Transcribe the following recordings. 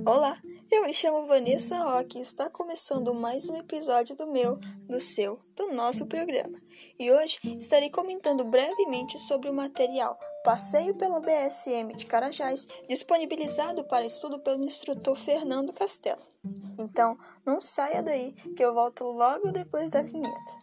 Olá, eu me chamo Vanessa Roque e está começando mais um episódio do nosso programa. E hoje estarei comentando brevemente sobre o material Passeio pelo BSM de Carajás, disponibilizado para estudo pelo instrutor Fernando Castelo. Então, não saia daí que eu volto logo depois da vinheta.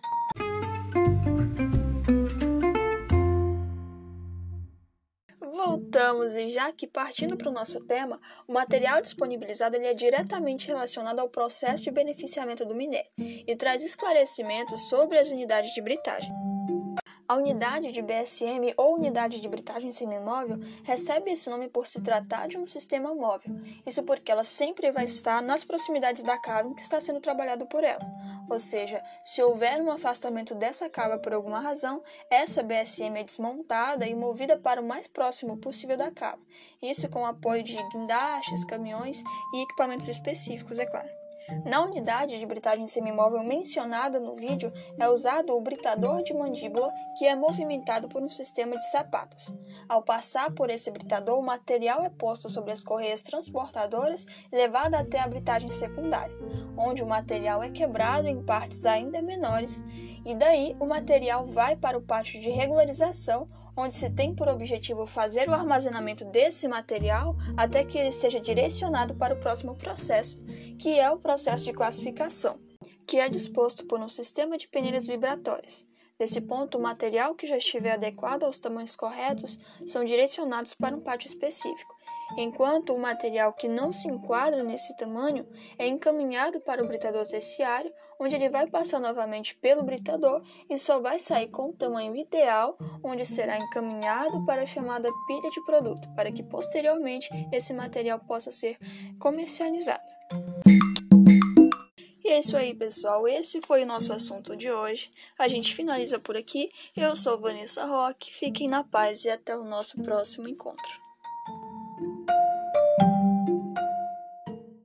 Voltamos e já que partindo para o nosso tema, o material disponibilizado ele é diretamente relacionado ao processo de beneficiamento do minério e traz esclarecimentos sobre as unidades de britagem. A unidade de BSM ou unidade de britagem semimóvel recebe esse nome por se tratar de um sistema móvel, isso porque ela sempre vai estar nas proximidades da cava em que está sendo trabalhado por ela. Ou seja, se houver um afastamento dessa cava por alguma razão, essa BSM é desmontada e movida para o mais próximo possível da cava, isso com o apoio de guindastes, caminhões e equipamentos específicos, é claro. Na unidade de britagem semimóvel mencionada no vídeo, é usado o britador de mandíbula, que é movimentado por um sistema de sapatas. Ao passar por esse britador, o material é posto sobre as correias transportadoras e levado até a britagem secundária, onde o material é quebrado em partes ainda menores, e daí o material vai para o pátio de regularização, onde se tem por objetivo fazer o armazenamento desse material até que ele seja direcionado para o próximo processo, que é o processo de classificação, que é disposto por um sistema de peneiras vibratórias. Nesse ponto, o material que já estiver adequado aos tamanhos corretos são direcionados para um pátio específico, enquanto o material que não se enquadra nesse tamanho é encaminhado para o britador terciário, onde ele vai passar novamente pelo britador e só vai sair com o tamanho ideal, onde será encaminhado para a chamada pilha de produto, para que posteriormente esse material possa ser comercializado. E é isso aí, pessoal. Esse foi o nosso assunto de hoje. A gente finaliza por aqui. Eu sou Vanessa Roque. Fiquem na paz e até o nosso próximo encontro.